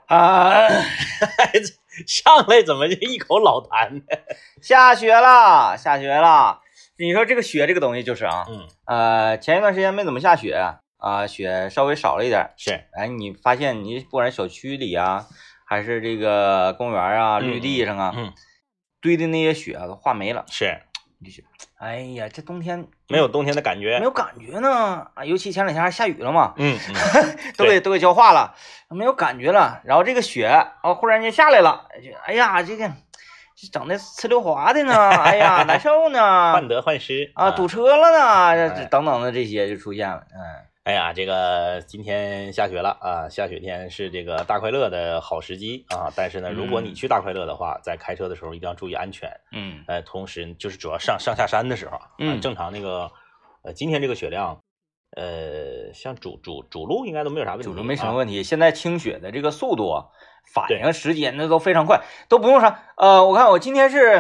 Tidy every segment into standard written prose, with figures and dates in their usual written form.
啊，上来怎么就一口老痰呢？ 下雪了，下雪了。你说这个雪这个东西就是啊，前一段时间没怎么下雪啊，雪稍微少了一点。 是， 哎，你发现你不管是小区里啊，还是这个公园啊、绿地上啊，堆的那些雪都化没了。 是， 哎呀，这冬天没有冬天的感觉， 没有感觉呢啊！尤其前两天还下雨了嘛，都给焦化了，没有感觉了。然后这个雪忽然间下来了，哎呀，这整的呲溜滑的呢，哎呀，难受呢， 患得患失啊，堵车了呢，等等的这些就出现了。 哎呀，这个今天下雪了啊，下雪天是这个大快乐的好时机啊。但是呢，如果你去大快乐的话，在开车的时候一定要注意安全。同时就是主要上下山的时候，正常那个今天这个雪量，像主路应该都没有啥问题， 主路没什么问题。现在清雪的这个速度、反应时间那都非常快，都不用啥。我看我今天是，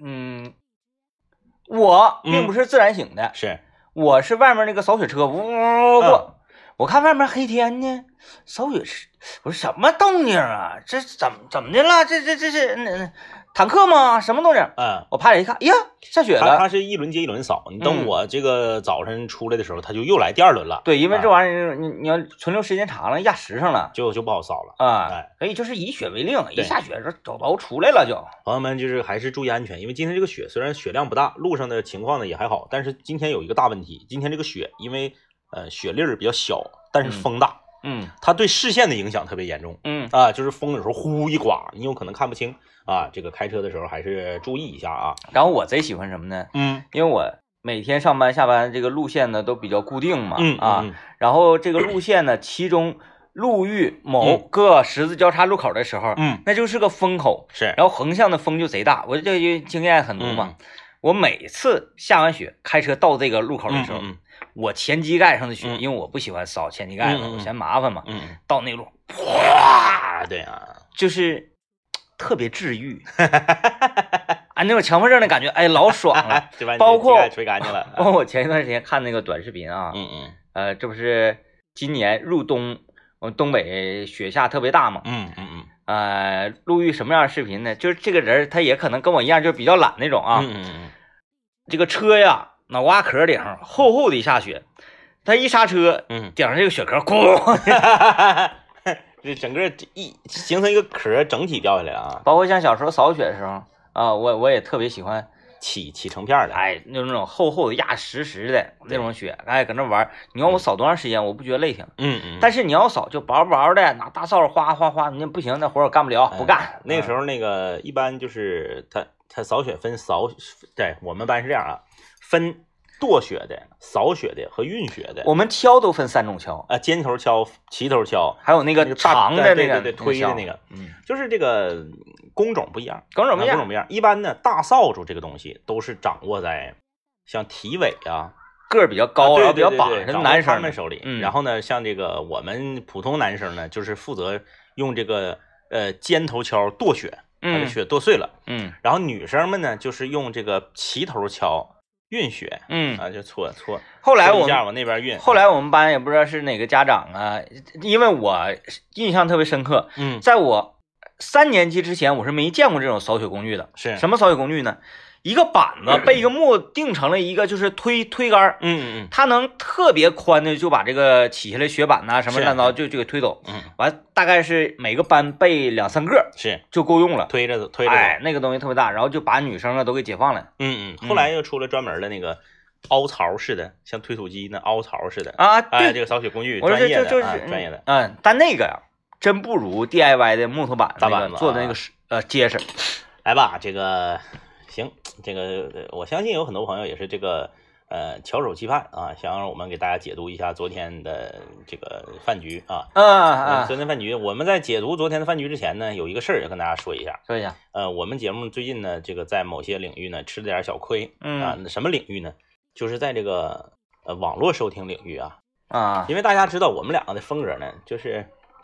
我并不是自然醒的， 是。 我是外面那个扫雪车呜过，我看外面黑天呢，扫雪车，我说什么动静啊？这怎么的了？这是坦克吗？什么动静？我拍了一看，呀，下雪了。 它是一轮接一轮扫，你等我这个早晨出来的时候，它就又来第二轮了。 对，因为这玩意儿你要存留时间长了，压实上了， 就不好扫了啊。所以就是以雪为令，一下雪都出来了就。 朋友们就是还是注意安全，因为今天这个雪虽然雪量不大，路上的情况呢也还好，但是今天有一个大问题，今天这个雪因为雪粒儿比较小，但是风大，它对视线的影响特别严重，就是风有时候呼一刮，你有可能看不清啊。这个开车的时候还是注意一下啊。 然后我贼喜欢什么呢？因为我每天上班下班这个路线呢都比较固定嘛，然后这个路线呢，其中路遇某个十字交叉路口的时候，那就是个风口， 是， 然后横向的风就贼大，我这就经验很足嘛。我每次下完雪开车到这个路口的时候，我前机盖上的雪，因为我不喜欢扫前机盖子，我嫌麻烦嘛，到那路，哗， 对啊， 就是特别治愈，那种强迫症的感觉，哎，老爽了。包括吹干净了， 包括我前一段时间看那个短视频啊，这不是今年入冬，我们东北雪下特别大嘛，路遇什么样的视频呢？就是这个人他也可能跟我一样，就是比较懒那种啊，这个车呀，脑瓜壳顶上厚厚的一下雪，他一刹车，顶上这个雪壳，咣。 这整个形成一个壳，整体掉下来了啊！ 包括像小时候扫雪的时候啊，我也特别喜欢起成片的， 哎，那种厚厚的压实的那种雪，哎，搁那玩。你让我扫多长时间，我不觉得累挺。但是你要扫就薄薄的，拿大扫帚哗哗哗，你不行，那活我干不了，不干。 那个时候那个一般就是他扫雪分对我们班是这样啊，分剁雪的、扫雪的和运雪的。 我们锹都分3种锹啊，尖头锹、齐头锹， 还有那个长的那个对推的那个，就是这个工种不一样， 工种不一样。一般呢，大扫帚这个东西都是掌握在像体委啊， 个儿比较高，然后比较把式的男生们手里。然后呢，像这个我们普通男生呢，就是负责用这个尖头锹剁雪，把这雪剁碎了。然后女生们呢，就是用这个齐头锹运雪，就搓。 后来我往那边运。 后来我们班也不知道是哪个家长啊，因为我印象特别深刻。在我3年级之前，我是没见过这种扫雪工具的。 是什么扫雪工具呢？一个板子被一个木定成了一个就是推杆，它能特别宽的就把这个起下来雪板呐什么乱糟就给推走，完大概是每个班备2-3个， 是就够用了， 推着走， 哎，那个东西特别大，然后就把女生啊都给解放了。 后来又出了专门的那个凹槽式的，像推土机那凹槽似的啊， 对，这个扫雪工具专业的，专业的， 但那个呀真不如 DIY 的木头板大板子做的那个结实。 来吧，这个。行，这个我相信有很多朋友也是这个翘首期盼啊，想让我们给大家解读一下昨天的这个饭局啊。昨天饭局，我们在解读昨天的饭局之前呢，有一个事儿要跟大家说一下。我们节目最近呢，这个在某些领域呢吃了点小亏什么领域呢？就是在这个网络收听领域啊，因为大家知道我们两个的风格呢，就是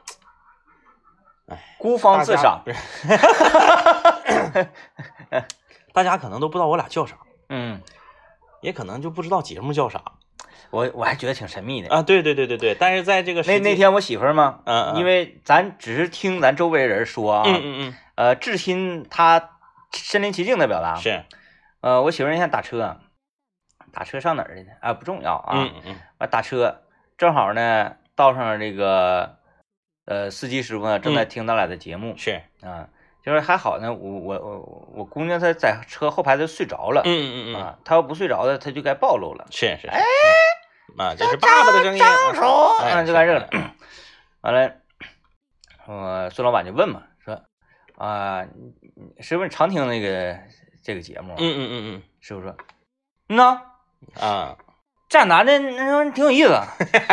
孤芳自赏， 不是。大家可能都不知道我俩叫啥，也可能就不知道节目叫啥。 我还觉得挺神秘的啊。对，但是在这个那天我媳妇儿嘛，因为咱只是听咱周围人说啊，志新他身临其境的表达是， 我媳妇儿那天打车上哪儿去呢？啊，不重要啊，完打车正好呢道上这个司机师傅呢正在听咱俩的节目， 是啊。就是还好呢，我姑娘她在车后排她睡着了，啊，她要不睡着的，她就该暴露了， 是，哎，啊，这是爸爸的声音， 张叔，就该这了。完了，孙老板就问嘛，说啊，师傅你常听这个节目？师傅说，呐， 啊， 这俩男的那挺有意思，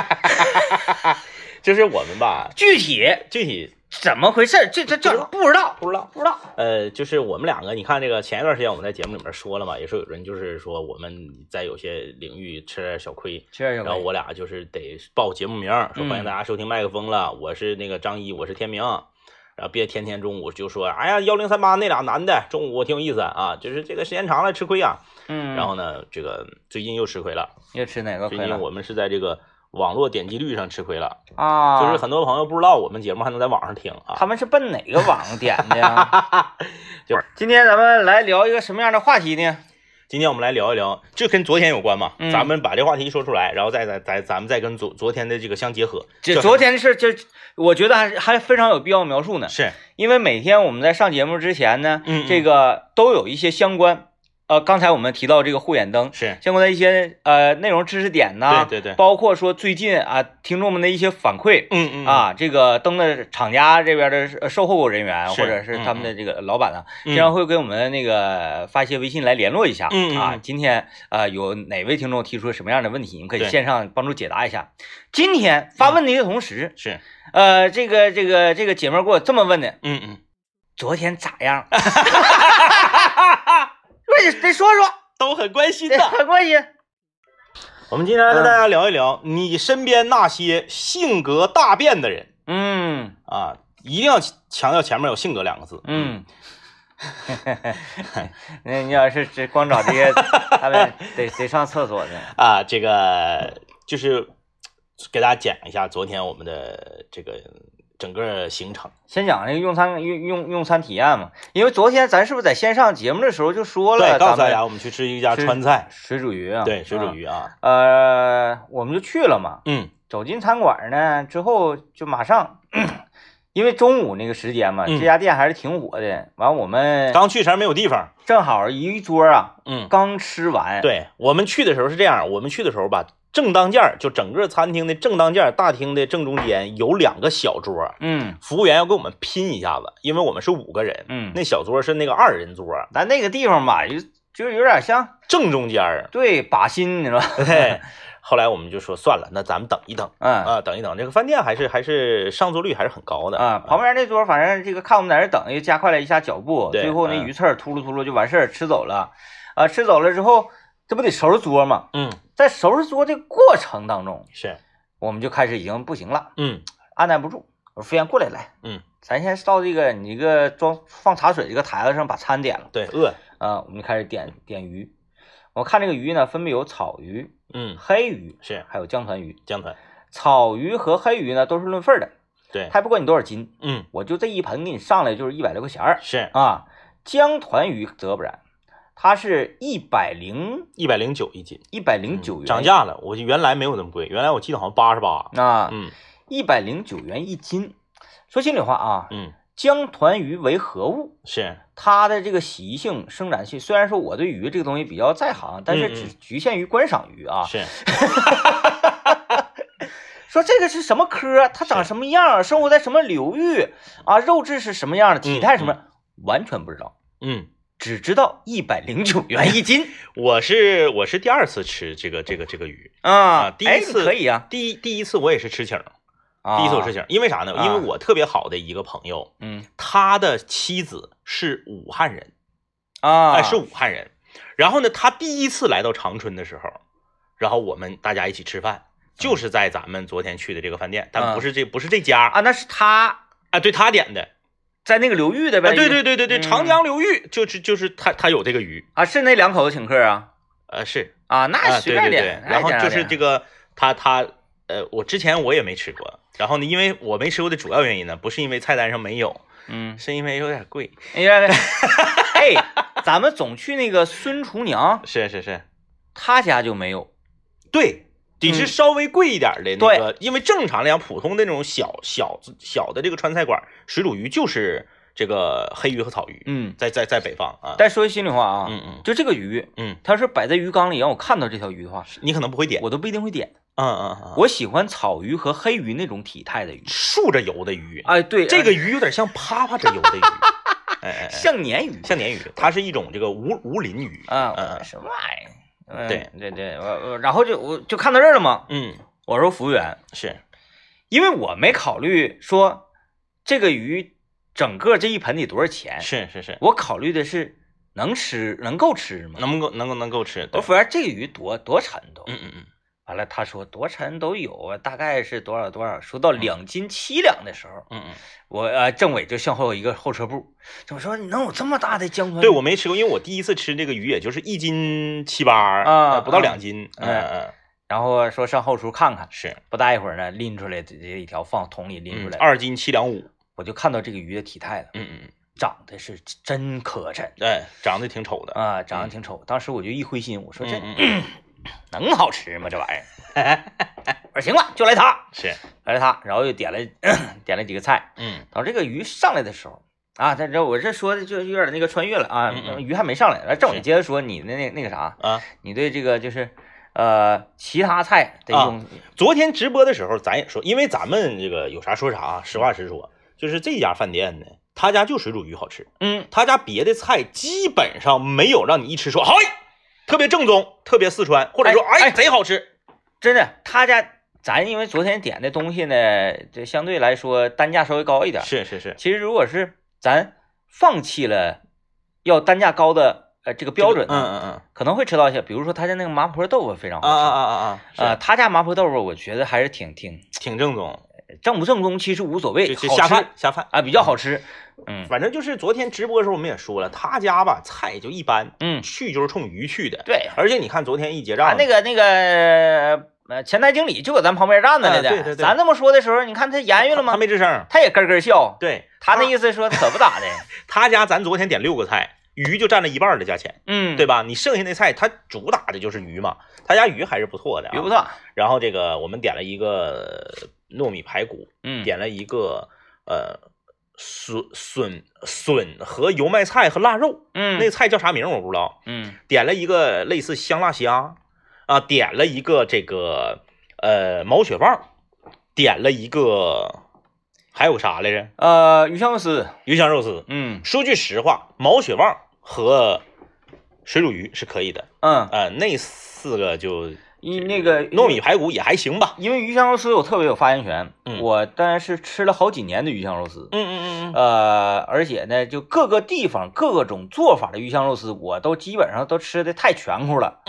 就是我们吧， 具体怎么回事？这不知道。 就是我们两个，你看这个前一段时间我们在节目里面说了嘛，也是有人就是说我们在有些领域吃点小亏，然后我俩就是得报节目名，说欢迎大家收听麦克风了，我是那个张一，我是天明，然后别天天中午就说，哎呀1038那俩男的中午挺有意思啊，就是这个时间长了吃亏啊，然后呢，这个最近又吃亏了， 又吃哪个亏了？ 最近我们是在这个网络点击率上吃亏了啊， 就是很多朋友不知道我们节目还能在网上听啊。 他们是奔哪个网点的呀？就今天咱们来聊一个什么样的话题呢？ 今天我们来聊一聊，这跟昨天有关嘛？咱们把这话题说出来，然后咱们再跟昨天的这个相结合。 这昨天的事，我觉得还非常有必要描述呢。 是因为每天我们在上节目之前呢，这个都有一些相关。刚才我们提到这个护眼灯是相关的一些内容知识点呐， 对， 包括说最近啊听众们的一些反馈，这个灯的厂家这边的售后人员或者是他们的这个老板呢，经常会给我们那个发一些微信来联络一下，今天有哪位听众提出什么样的问题，你们可以线上帮助解答一下。今天发问题的同时， 是这个姐妹给我这么问的，昨天咋样？得说说， 都很关心的， 很关心。 我们今天来跟大家聊一聊你身边那些性格大变的人。一定要强调前面有性格2个字。 那你要是只光找这些，他们得上厕所的啊。这个就是给大家讲一下昨天我们的这个整个行程。 先讲这个用餐体验嘛，因为昨天咱是不是在线上节目的时候就说了， 对，告诉大家我们去吃一家川菜水煮鱼啊， 对，水煮鱼啊， 我们就去了嘛，走进餐馆呢之后就马上，因为中午那个时间嘛，这家店还是挺火的，完我们刚去前没有地方， 正好一桌啊，刚吃完， 对，我们去的时候是这样，我们去的时候吧。正当间就整个餐厅的正当间大厅的正中间有2个小桌，服务员要跟我们拼一下子，因为我们是5个人，那小桌是那个2人桌， 咱那个地方吧，就有点像正中间， 对，把心，你知道吧？ 对。后来我们就说算了，那咱们等一等，等一等，这个饭店还是上座率还是很高的啊。旁边那桌反正这个看我们在这等，又加快了一下脚步，最后那鱼刺秃噜就完事儿吃走了，吃走了之后。这不得收拾桌吗？在收拾桌这个过程当中， 是我们就开始已经不行了，按耐不住，我说服务员过来，咱先到这个你这个放茶水这个台子上把餐点了， 对，饿我们就开始点鱼。我看这个鱼呢，分别有草鱼，黑鱼是， 还有江团鱼。 江团草鱼和黑鱼呢都是论份的， 对， 还不管你多少斤，我就这一盆给你上来就是100来块钱， 是啊，江团鱼则不然。它是109 一斤 ，109元， 涨价了。我原来没有那么贵，原来我记得好像88。 109元一斤。说心里话啊，江团鱼为何物？ 是它的这个习性、生长性。虽然说我对鱼这个东西比较在行，但是只局限于观赏鱼啊。 是。 说这个是什么科？它长什么样？生活在什么流域啊？肉质是什么样的？体态什么？完全不知道。只知道109元一斤。 我是第2次吃这个鱼第一次可以啊， 第一次我也是吃请，第一次我吃请，因为啥呢？因为我特别好的一个朋友，他的妻子是武汉人是武汉人，然后呢，他第一次来到长春的时候，然后我们大家一起吃饭，就是在咱们昨天去的这个饭店，但不是这家啊，那是他对他点的。 在那个流域的呗， 对，长江流域就是他有这个鱼啊，是那2口子请客啊？ 是啊，那随便点。 对，然后就是这个我之前我也没吃过，然后呢，因为我没吃过的主要原因呢，不是因为菜单上没有，是因为有点贵。 哎，咱们总去那个孙厨娘， 是， 他家就没有。 对，得是稍微贵一点的那个，因为正常来讲，普通的那种小的这个川菜馆，水煮鱼就是这个黑鱼和草鱼。在北方啊。 但说心里话啊，就这个鱼，它是摆在鱼缸里，让我看到这条鱼的话， 你可能不会点， 我都不一定会点。我喜欢草鱼和黑鱼那种体态的鱼， 竖着游的鱼。 哎，对， 这个鱼有点像趴着游的鱼， 像鲶鱼， 它是一种这个无鳞鱼啊。什么玩意儿？ 对， 然后我就看到这儿了嘛。我说服务员， 是因为我没考虑说这个鱼整个这一盆得多少钱。 是， 我考虑的是能够吃吗？ 能够吃。 我服务员，这个鱼多沉都？完了，他说多沉都有啊，大概是多少。说到2斤7两的时候，我政委就向后一个后车部，怎么说你能有这么大的江川？ 对，我没吃过，因为我第一次吃这个鱼，也就是1斤7、8，不到2斤。 然后说上后厨看看， 是不大一会儿呢，拎出来这一条放桶里拎出来 ，2斤7两5， 我就看到这个鱼的体态了。长得是真磕碜， 长得挺丑的啊，长得挺丑。当时我就一灰心，我说这能好吃吗？这玩意儿？我说行吧，就来它，来它，然后又点了几个菜。等这个鱼上来的时候啊，我这说的就有点那个穿越了啊，鱼还没上来，正委接着说你的那个啥啊， 你对这个就是其他菜的用。 昨天直播的时候咱也说，因为咱们这个有啥说啥啊，实话实说，就是这家饭店呢，他家就水煮鱼好吃，他家别的菜基本上没有让你一吃说嗨，特别正宗，特别四川，或者说贼好吃。 真的，他家咱因为昨天点的东西呢，这相对来说单价稍微高一点。 是。 其实如果是咱放弃了要单价高的这个标准呢，可能会吃到一些，比如说他家那个麻婆豆腐非常好吃他家麻婆豆腐我觉得还是挺正宗。 正不正宗其实无所谓， 下饭啊，比较好吃。 反正就是昨天直播的时候我们也说了，他家吧菜就一般，去就是冲鱼去的。 对， 而且你看昨天一结账， 那个前台经理就搁咱旁边站着来的。 对， 咱这么说的时候，你看他言语了吗？ 他没吱声， 他也咯笑。 对， 他那意思说可不咋的。 他家咱昨天点6个菜，鱼就占了1半的价钱，对吧？你剩下那菜，它主打的就是鱼嘛，他家鱼还是不错的， 鱼不错。 然后这个我们点了一个糯米排骨，点了一个笋和油麦菜和腊肉，那菜叫啥名我不知道，点了一个类似香辣虾啊，点了一个这个毛血旺，点了一个还有啥来着？ 鱼香肉丝。 说句实话，毛血旺和水煮鱼是可以的，那4个就。 那个糯米排骨也还行吧， 因为鱼香肉丝我特别有发言权，我当然是吃了好几年的鱼香肉丝，而且呢，就各个地方各种做法的鱼香肉丝，我都基本上都吃的太全乎了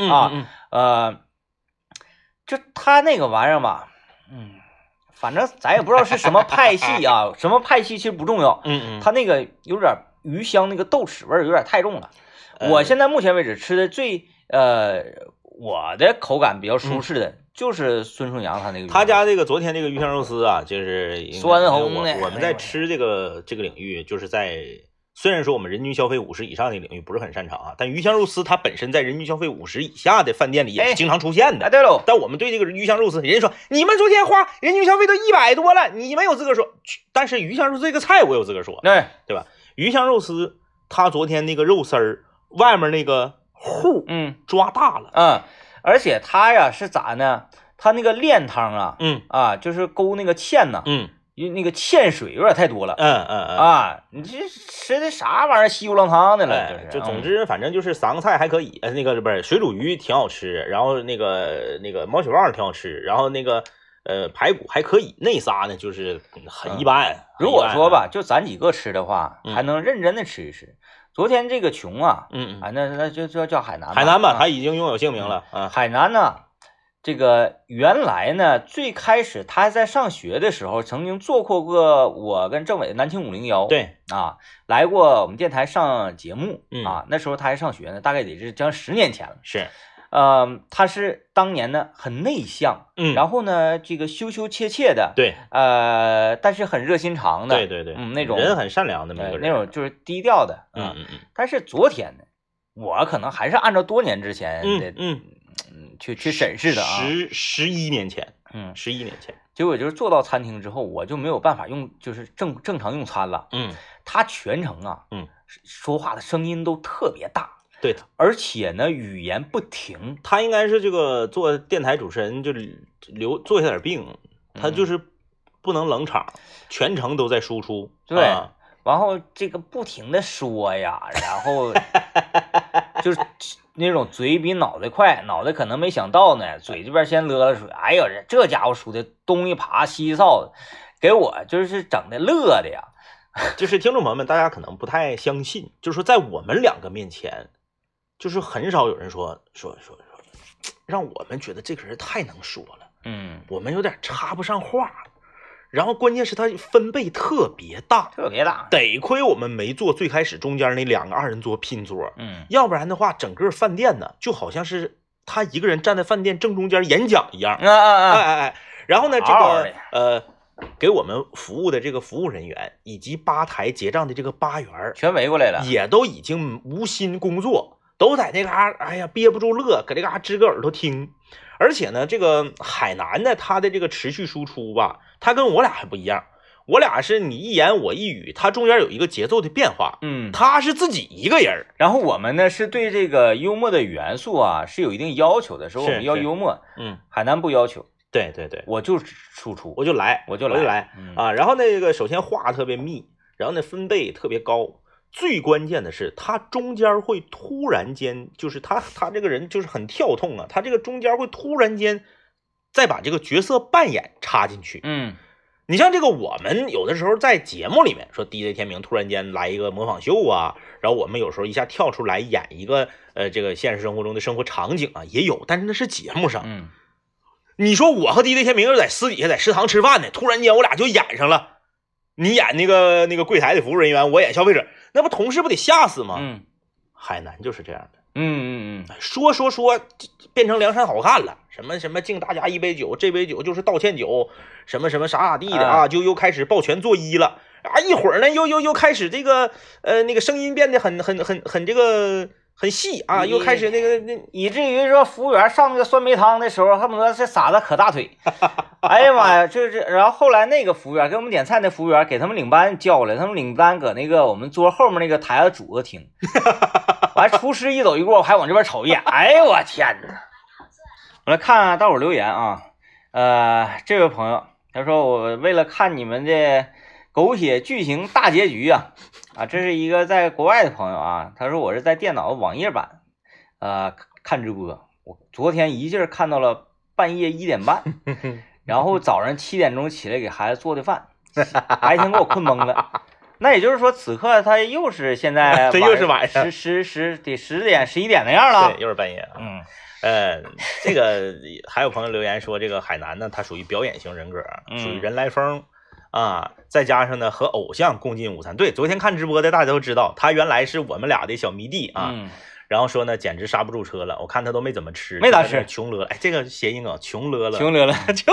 就他那个玩意儿吧，反正咱也不知道是什么派系啊，什么派系其实不重要，他那个有点鱼香那个豆豉味有点太重了，我现在目前为止吃的最我的口感比较舒适的，就是孙顺阳他家这个昨天这个鱼香肉丝啊，就是酸红的。 我们在吃这个领域，就是在虽然说我们人均消费50以上的领域不是很擅长啊，但鱼香肉丝它本身在人均消费50以下的饭店里也是经常出现的。 对喽。 但我们对这个鱼香肉丝，人家说你们昨天花人均消费都100多了，你没有资格说。但是鱼香肉丝这个菜我有资格说，对吧？鱼香肉丝它昨天那个肉丝儿外面那个糊，抓大了， 而且它呀是咋呢？它那个炼汤啊，就是勾那个芡呐，那个芡水有点太多了，你这吃的啥玩意儿稀糊浪汤的了， 就总之反正就是3个菜还可以，那个不是水煮鱼挺好吃，然后那个毛血旺挺好吃，然后那个排骨还可以，那仨呢就是很一般。 如果说吧，就咱几个吃的话，还能认真的吃一吃。昨天这个穷啊，那就叫海南吧。 海南吧，他已经拥有姓名了。 海南呢，这个原来呢，最开始他还在上学的时候，曾经做过我跟政委的南青501， 对啊，来过我们电台上节目那时候他还上学呢，大概得是将10年前了。 是， 他是当年呢很内向，然后呢这个羞羞怯怯的， 对， 但是很热心肠的， 对， 那种人很善良的那个人， 那种就是低调的，但是昨天呢，我可能还是按照多年之前的，去审视的啊 ，11年前，11年前， 结果就是坐到餐厅之后，我就没有办法就是正常用餐了，他全程啊，说话的声音都特别大。 对， 而且呢，语言不停。 他应该是这个做电台主持人，就做下点病，他就是不能冷场，全程都在输出。 对，然后这个不停的说呀，然后就是那种嘴比脑袋快，脑袋可能没想到呢，嘴这边先勒了水。哎呦，这家伙说的东一耙西一扫的，给我就是整的乐的呀。 就是听众朋友们，大家可能不太相信，就是说在我们两个面前。就是很少有人说，让我们觉得这个人太能说了，我们有点插不上话。然后关键是他分贝特别大，得亏我们没坐最开始中间那2个2人桌拼桌，要不然的话，整个饭店呢就好像是他一个人站在饭店正中间演讲一样，然后呢，这个给我们服务的这个服务人员以及吧台结账的这个吧员全围过来了， 也都已经无心工作。都在那嘎，哎呀，憋不住乐，搁这嘎支个耳朵听。而且呢，这个海南呢，他的这个持续输出吧，他跟我俩还不一样。我俩是你一言我一语，他中间有一个节奏的变化。他是自己一个人。 然后我们呢是对这个幽默的元素啊是有一定要求的，说我们要幽默。海南不要求。 对， 我就输出， 我就来啊。然后那个首先话特别密，然后呢分贝特别高。最关键的是，他中间会突然间，就是他这个人就是很跳痛啊，他这个中间会突然间再把这个角色扮演插进去。你像这个我们有的时候在节目里面说 DJ 天明突然间来一个模仿秀啊，然后我们有时候一下跳出来演一个这个现实生活中的生活场景啊，也有，但是那是节目上。你说我和 DJ 天明在私底下在食堂吃饭呢，突然间我俩就演上了。你演那个柜台的服务人员，我演消费者，那不同事不得吓死吗？海南就是这样的。说变成梁山好汉了，什么敬大家一杯酒，这杯酒就是道歉酒，什么啥地的啊，就又开始抱拳作揖了啊。一会儿呢，又开始这个那个声音变得很这个很细啊，又开始以至于说服务员上那个酸梅汤的时候，恨不得是撒的可大腿。哎呀妈呀，然后后来那个服务员给我们点菜，那服务员给他们领班叫来，他们领班搁那个我们桌后面那个台子主子听，完厨师一走一过还往这边瞅一眼，哎呦我天哪！我来看大伙留言啊，这位朋友他说我为了看你们的狗血剧情大结局啊，这是一个在国外的朋友啊，他说我是在电脑网页版看直播，我昨天一劲看到了半夜1点半。然后早上7点钟起来给孩子做的饭，白天给我困懵了。那也就是说，此刻他又是现在这又是晚上 10点11点那样了， 对，又是半夜。这个还有朋友留言说，这个海南呢，他属于表演型人格，属于人来疯啊，再加上呢和偶像共进午餐。对，昨天看直播的大家都知道，他原来是我们俩的小迷弟啊。然后说呢，简直刹不住车了。我看他都没怎么吃， 没咋吃， 穷乐了。哎，这个谐音梗，穷乐了， 穷乐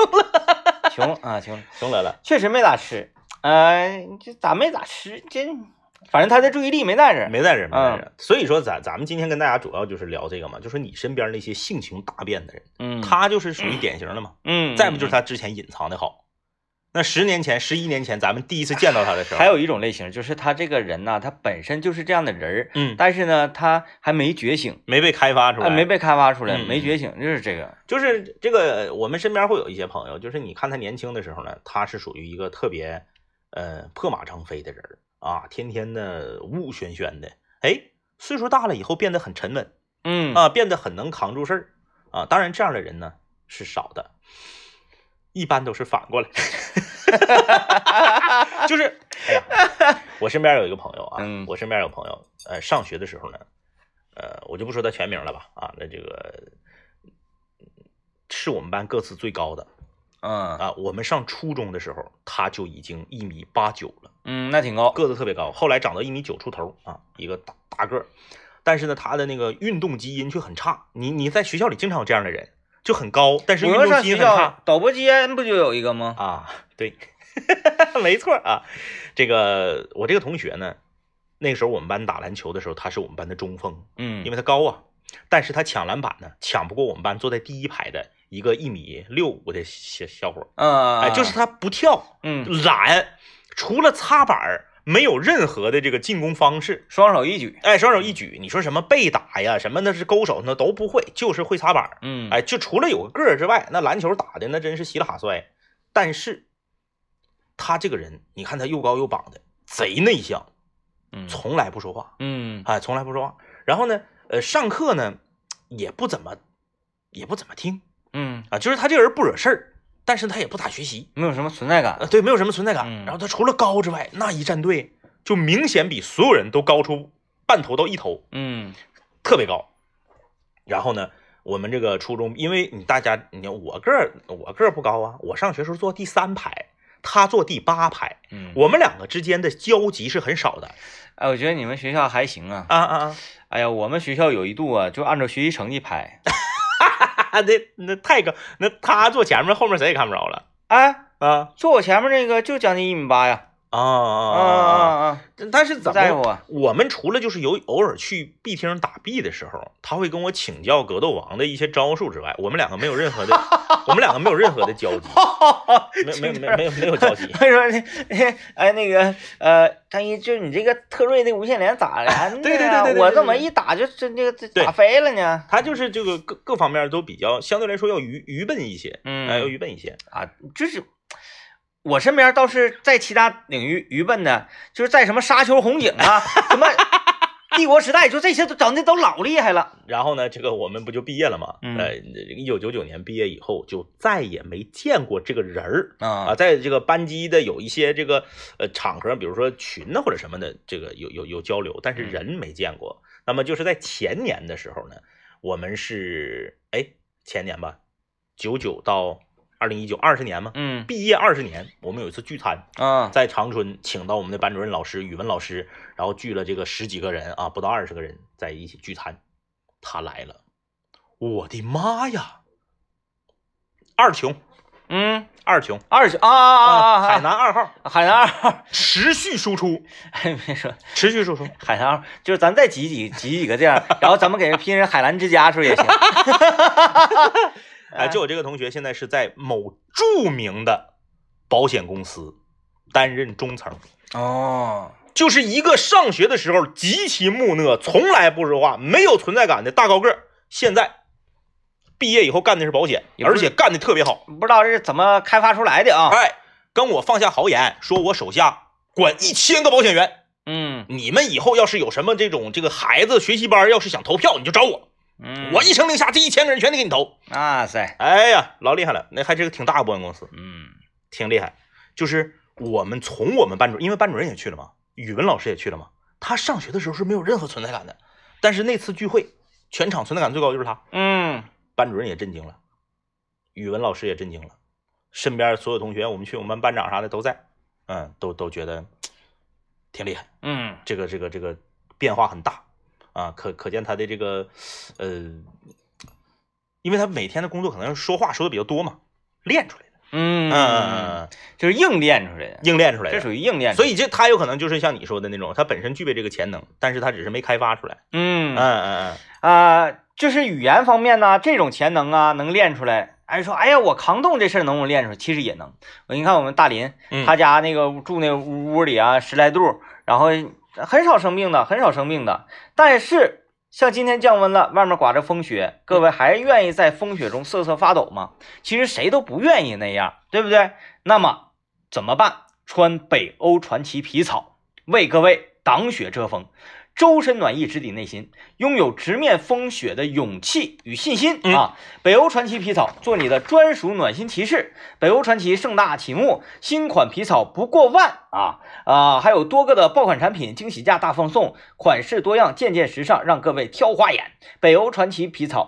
了，确实没咋吃。这咋没咋吃？反正他的注意力没在这儿， 没在这儿。所以说咱们今天跟大家主要就是聊这个嘛，就是你身边那些性情大变的人，他就是属于典型的嘛。再不就是他之前隐藏的好。那10年前、11年前，咱们第一次见到他的时候， 还有一种类型，就是他这个人呢，他本身就是这样的人但是呢，他还没觉醒， 没被开发出来， 没觉醒，就是这个，我们身边会有一些朋友，就是你看他年轻的时候呢，他是属于一个特别破马张飞的人啊，天天的雾喧喧的，哎，岁数大了以后变得很沉稳，变得很能扛住事儿啊。当然，这样的人呢是少的。一般都是反过来，就是，哎呀，我身边有一个朋友啊，上学的时候呢，我就不说他全名了吧，啊，那这个是我们班个子最高的，我们上初中的时候他就已经1.89米了， 那挺高， 个子特别高，后来长到1.9米出头啊，一个大个儿。 但是呢，他的那个运动基因却很差。你在学校里经常有这样的人，就很高，但是运动基因很差。 导播间不就有一个吗？ 啊，对，没错啊。这个我这个同学呢，那个时候我们班打篮球的时候，他是我们班的中锋，因为他高啊，但是他抢篮板呢，抢不过我们班坐在第一排的一个1.65米的小伙，就是他不跳，懒，除了擦板没有任何的这个进攻方式， 双手一举， 双手一举，你说什么背打呀，什么那是勾手，那都不会，就是会擦板，就除了有个个之外，那篮球打的那真是稀里哈摔。但是他这个人，你看他又高又膀的，贼内向，从来不说话，从来不说话。然后呢，上课呢也不怎么听，就是他这个人不惹事儿。但是他也不咋学习， 没有什么存在感， 对，没有什么存在感。然后他除了高之外，那一站队就明显比所有人都高出半头到一头，特别高。然后呢，我们这个初中，因为我个儿不高啊，我上学时候坐第3排，他坐第8排，我们两个之间的交集是很少的。 哎，我觉得你们学校还行啊。哎呀，我们学校有一度啊，就按照学习成绩排。 那太高，那他坐前面，后面谁也看不着了。 坐我前面那个就将近1.8米呀。 但是怎么在乎啊？ 我们除了就是偶尔去 B 厅打 B 的时候，他会跟我请教格斗王的一些招数之外，我们两个没有任何的交集，没有交集。 他说那个张一，就你这个特锐的无线连咋连的？ 对， 我怎么一打就这打飞了呢？ 他就是这个各方面都比较相对来说要愚笨一些，要愚笨一些啊，就是。我身边倒是在其他领域愚笨的，就是在什么沙丘红警啊，什么帝国时代，就这些都整的都老厉害了。 然后呢，这个我们不就毕业了吗？1999年毕业以后，就再也没见过这个人儿在这个班级的有一些这个场合，比如说群呢或者什么的，这个有交流，但是人没见过。那么就是在前年的时候呢，我们是前年吧，99到2019 20年嘛，毕业20年，我们有一次聚餐在长春请到我们的班主任老师、语文老师，然后聚了这个10几个人不到20个人在一起聚餐，他来了，我的妈呀，二穷，海南2号，持续输出， 别说持续输出， 海南2就是咱再挤几个这样，然后咱们给拼人海南之家时候也行。 就我这个同学现在是在某著名的保险公司担任中层就是一个上学的时候极其木讷，从来不说话，没有存在感的大高个，现在毕业以后干的是保险，而且干的特别好， 不知道是怎么开发出来的啊！ 跟我放下豪言，说我手下管1000个保险员，你们以后要是有什么这个孩子学习班，要是想投票，你就找我。我一声令下，这1000个人全得给你投。哎呀，老厉害了，那还是个挺大的保险公司，挺厉害。就是我们班主任，因为班主任也去了嘛，语文老师也去了嘛，他上学的时候是没有任何存在感的，但是那次聚会，全场存在感最高就是他。班主任也震惊了，语文老师也震惊了，身边所有同学，我们班班长啥的都在，都觉得挺厉害。这个变化很大。可见他的这个因为他每天的工作可能说话说的比较多嘛，练出来的。 就是硬练出来的，这属于硬练出来的。 所以他有可能就是像你说的那种，他本身具备这个潜能，但是他只是没开发出来。 就是语言方面呢，这种潜能啊能练出来。说哎呀，我扛冻这事儿能不能练出来？其实也能。你看我们大林，他家那个住那屋里啊，10来度，然后很少生病的。但是像今天降温了，外面刮着风雪，各位还愿意在风雪中瑟瑟发抖吗？其实谁都不愿意那样，对不对？那么怎么办？穿北欧传奇皮草，为各位挡雪遮风，周身暖意，直抵内心，拥有直面风雪的勇气与信心北欧传奇皮草做你的专属暖心骑士。北欧传奇盛大启幕，新款皮草不过万还有多个的爆款产品，惊喜价大放送，款式多样，件件时尚，让各位挑花眼。北欧传奇皮草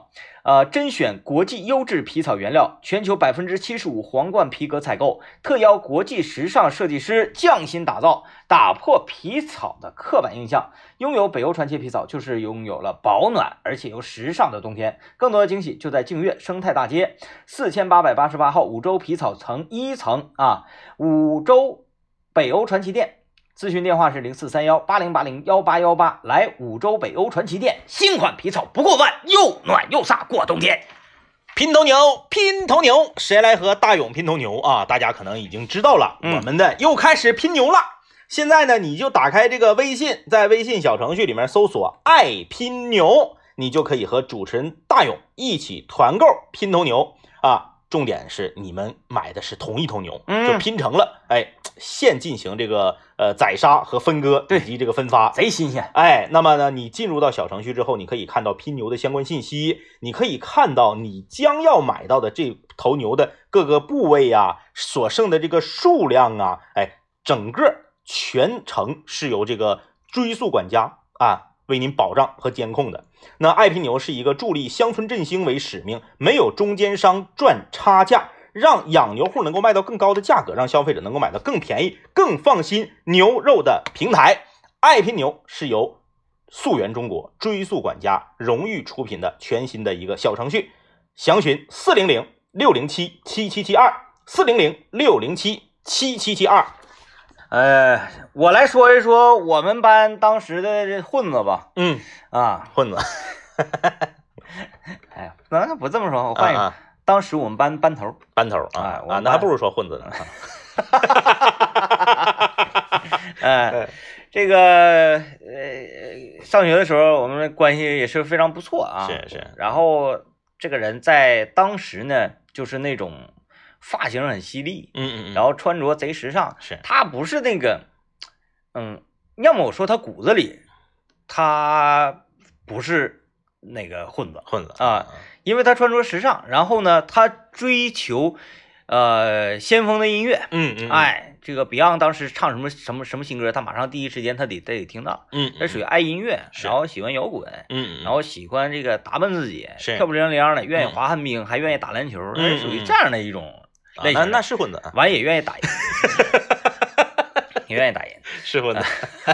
甄选国际优质皮草原料，全球75%皇冠皮革采购，特邀国际时尚设计师匠心打造，打破皮草的刻板印象。拥有北欧传奇皮草，就是拥有了保暖而且又时尚的冬天。更多的惊喜就在净月生态大街4888号五洲皮草层1层啊，五洲北欧传奇店。咨询电话是043180801818，来五洲北欧传奇店，新款皮草不过万，又暖又飒过冬天。 拼头牛，拼头牛，谁来和大勇拼头牛啊？大家可能已经知道了，我们的又开始拼牛了。现在呢，你就打开这个微信，在微信小程序里面搜索“爱拼牛”，你就可以和主持人大勇一起团购拼头牛啊。重点是你们买的是同一头牛，就拼成了，现进行这个宰杀和分割以及这个分发， 贼新鲜。 那么呢，你进入到小程序之后，你可以看到拼牛的相关信息，你可以看到你将要买到的这头牛的各个部位啊，所剩的这个数量啊，整个全程是由这个追溯管家为您保障和监控的。那爱拼牛是一个助力乡村振兴为使命，没有中间商赚差价，让养牛户能够卖到更高的价格，让消费者能够买到更便宜更放心牛肉的平台。爱拼牛是由溯源中国追溯管家荣誉出品的全新的一个小程序，详询400-607-7772，400-607-7772。 我来说一说我们班当时的这混子吧。 混子。 那不这么说，我换一个。当时我们班班头那还不如说混子呢。 这个上学的时候我们关系也是非常不错啊。 是。 然后这个人在当时呢，就是那种发型很犀利，然后穿着贼时尚。 是他不是那个，要么我说他骨子里，他不是那个混子啊，因为他穿着时尚，然后呢，他追求先锋的音乐，这个 Beyond 当时唱什么新歌，他马上第一时间他得听到，他属于爱音乐，然后喜欢摇滚，然后喜欢这个打扮自己，漂漂亮亮的，愿意滑旱冰，还愿意打篮球，属于这样的一种类型。 那是混子， 完也愿意打人，也愿意打人， 是混子。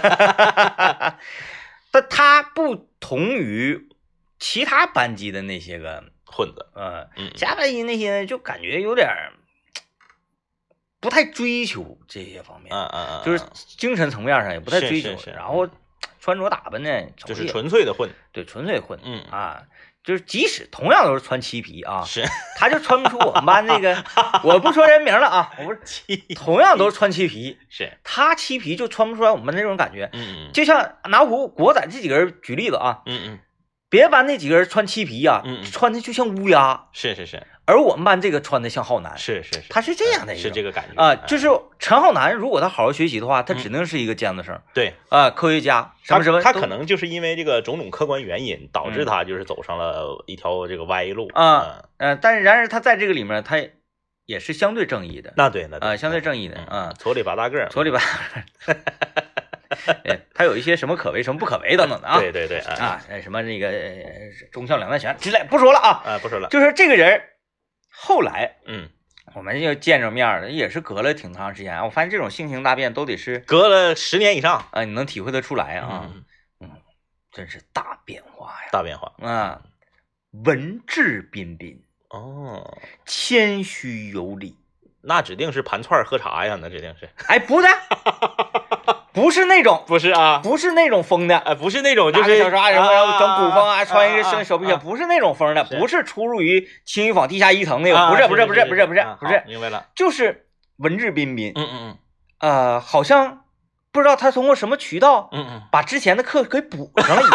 但他不同于其他班级的那些个混子， 其他班级那些就感觉有点不太追求这些方面，就是精神层面上也不太追求，然后穿着打扮呢， 就是纯粹的混， 对，纯粹混，就是即使同样都是穿漆皮啊，他就穿不出我们班那个，我不说人名了啊，我不是同样都是穿漆皮，他漆皮就穿不出来我们那种感觉，就像拿国仔这几个人举例子啊，别的班那几个人穿漆皮啊，穿的就像乌鸦， 是， 而我们班这个穿的像浩南， 是， 他是这样的一个， 是这个感觉就是陈浩南如果他好好学习的话，他只能是一个尖子生， 对科学家什么， 他可能就是因为这个种种客观原因导致他就是走上了一条这个歪路但是然而他在这个里面他也是相对正义的， 那对相对正义的矬里拔大个， 他有一些什么可为什么不可为等等的啊， 对什么那个忠孝两大权之类不说了啊， 不说了， 就是这个人后来我们就见着面了，也是隔了挺长时间，我发现这种性情大变都得是隔了10年以上你能体会得出来啊，真是大变化呀， 大变化文质彬彬谦虚有礼， 那指定是盘串喝茶呀，那指定是， 不是。不是那种， 不是啊， 不是那种风的， 不是那种就是小啥什么整古风啊，穿一个手臂鞋，不是那种风的，不是出入于青衣坊地下1层那个，不是， 明白了， 就是文质彬彬，好像不知道他通过什么渠道，把之前的课给补上了，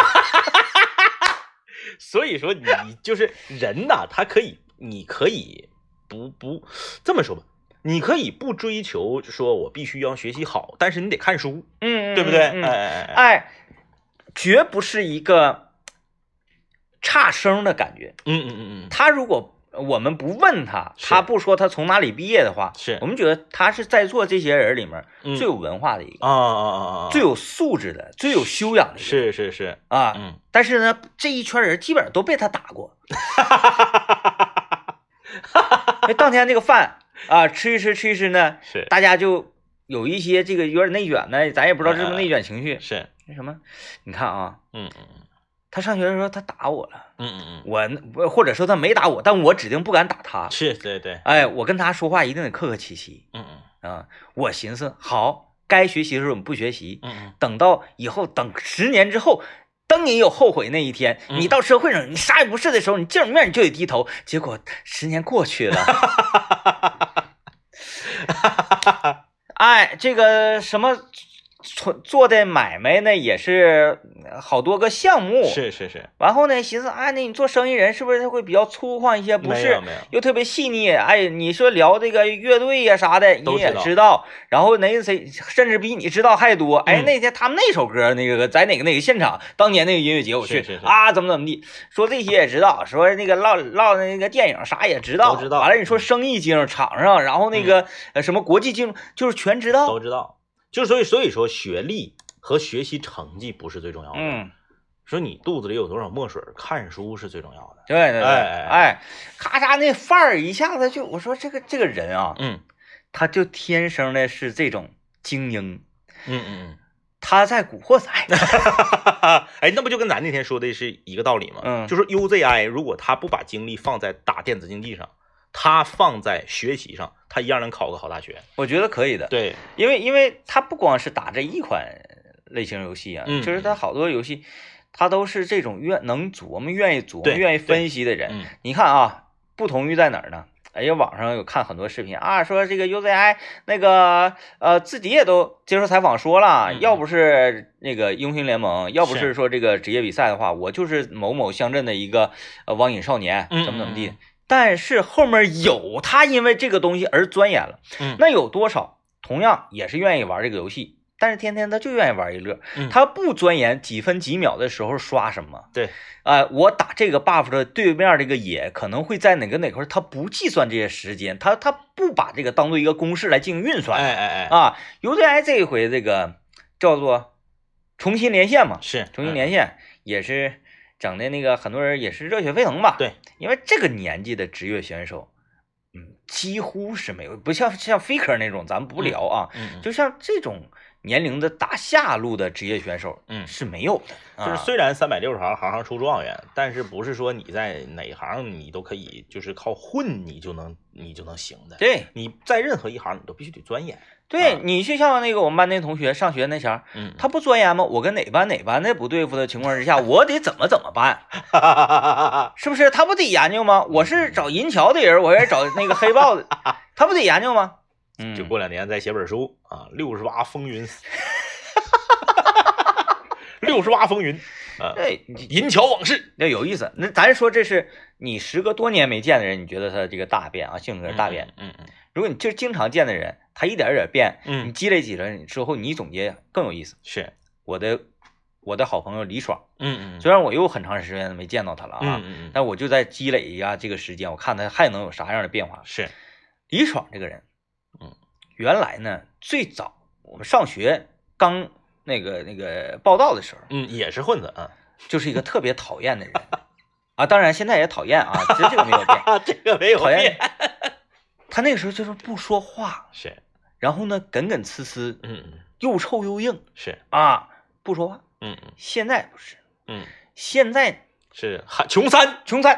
所以说你就是人呐，你可以不这么说吧。你可以不追求说我必须要学习好，但是你得看书，对不对？ 绝不是一个差生的感觉，他如果我们不问他，他不说他从哪里毕业的话， 是我们觉得他是在座这些人里面最有文化的一个，最有素质的，最有修养的一个，是啊，但是呢，这一圈人基本上都被他打过。当天这个饭啊，吃一吃呢， 是大家就有一些这个有点内卷呢，咱也不知道是不是内卷情绪， 是为什么？你看啊，他上学的时候他打我了，我或者说他没打我，但我指定不敢打他， 是对， 哎，我跟他说话一定得客客气气，我寻思好，该学习的时候我们不学习，等到以后等10年之后。等你有后悔那一天，你到社会上你啥也不是的时候，你见面你就得低头。结果10年过去了，哎，这个什么做的买卖呢，也是好多个项目， 是。 然后呢，寻思啊，那你做生意人是不是他会比较粗犷一些？不是， 没有， 又特别细腻。哎，你说聊这个乐队呀啥的，你也知道。然后那谁甚至比你知道还多。哎，那天他们那首歌那个在哪个现场，当年那个音乐节我去啊，怎么地，说这些也知道，说那个唠那个电影啥也知道， 都知道。 完了你说生意经场上，然后那个什么国际经就是全知道， 都知道。就所以说学历和学习成绩不是最重要的，说你肚子里有多少墨水，看书是最重要的。 对，哎，咔嚓那范儿一下子就，我说这个人啊，他就天生的是这种精英，他在古惑仔， 哎，那不就跟咱那天说的是一个道理吗？就是 UZI 如果他不把精力放在打电子竞技上。他放在学习上，他一样能考个好大学。 我觉得可以的。 对， 因为他不光是打这一款类型游戏啊，就是他好多游戏，他都是这种能琢磨、愿意琢磨、愿意分析的人。你看啊，不同于在哪儿呢？哎呀，网上有看很多视频啊，说这个 UZI 那个自己也都接受采访说了，要不是那个英雄联盟，要不是说这个职业比赛的话，我就是某某乡镇的一个网瘾少年，怎么地。但是后面有他因为这个东西而钻研了，那有多少同样也是愿意玩这个游戏，但是天天他就愿意玩一乐，他不钻研几分几秒的时候刷什么。 对， 我打这个 buff 的对面这个野可能会在哪块，他不计算这些时间，他不把这个当做一个公式来进行运算。UZI 这一回这个叫做重新连线嘛， 是重新连线，也是。整的那个很多人也是热血沸腾吧？ 对， 因为这个年纪的职业选手，几乎是没有，不像 Faker 那种，咱们不聊啊。就像这种年龄的打下路的职业选手，是没有的。 就是虽然360行行出状元，但是不是说你在哪行你都可以，就是靠混你就能行的。 对， 你在任何一行你都必须得钻研。 对，你就像那个我们班那同学上学那前儿，他不钻研吗？我跟哪班的不对付的情况之下，我得怎么办？是不是？他不得研究吗？我是找银桥的人，我也找那个黑豹的，他不得研究吗？ 就过2年再写本书啊，68风云，68风云啊， 对， 银桥往事， 那有意思。那咱说这是你时隔多年没见的人，你觉得他这个大变啊，性格大变，如果你就是经常见的人，他一点一点变，你积累几轮之后，你总结更有意思。 是我的好朋友李爽，虽然我又很长时间没见到他了啊，但我就在积累一下这个时间，我看他还能有啥样的变化。 是李爽这个人，原来呢，最早我们上学刚那个报道的时候， 也是混子啊， 就是一个特别讨厌的人啊，当然现在也讨厌啊，其实这个没有变， 这个没有讨厌。他那个时候就是不说话， 是， 然后呢，耿耿呲呲，又臭又硬， 是啊，不说话，现在不是，现在是穷三，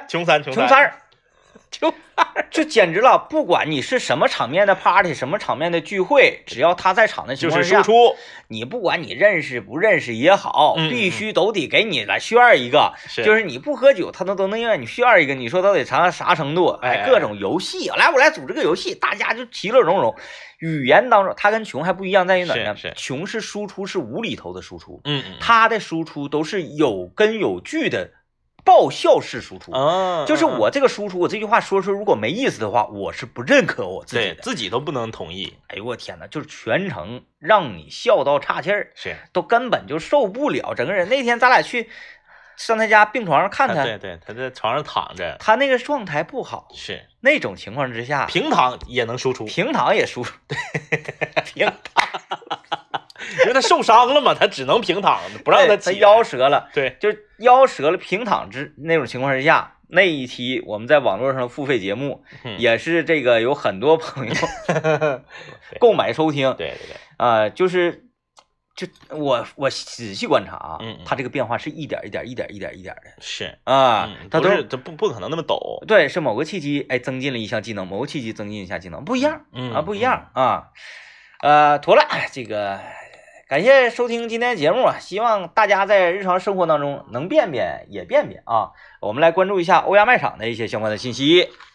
就简直了！不管你是什么场面的 party， 什么场面的聚会，只要他在场的情况下， 就是输出。 你不管你认识不认识也好，必须都得给你来炫一个。就是你不喝酒，他都能让你炫一个。你说都得啥程度？各种游戏，我来组织个游戏，大家就其乐融融。语言当中，他跟穷还不一样，在于哪呢？穷是输出，是无厘头的输出，他的输出都是有根有据的。爆笑式输出，就是我这个输出，我这句话说如果没意思的话，我是不认可我自己的， 对自己都不能同意。 哎呦我天哪，就是全程让你笑到岔气儿， 是都根本就受不了，整个人。那天咱俩去上他家病床上看他， 对对，他在床上躺着， 他那个状态不好， 是那种情况之下， 平躺也能输出， 平躺也输出，对，平躺， 因为他受伤了嘛，他只能平躺，不让他起， 他腰折了， 对， 就是腰折了，平躺那种情况之下。那一期我们在网络上付费节目，也是这个有很多朋友购买收听， 对对对， 就我仔细观察啊，它这个变化是一点一点的， 是啊，它都这不可能那么陡， 对，是某个契机增进了一项技能，某个契机增进一项技能，不一样，不一样啊，妥了，这个。感谢收听今天的节目啊！希望大家在日常生活当中能变变也变变啊！我们来关注一下欧亚卖场的一些相关的信息。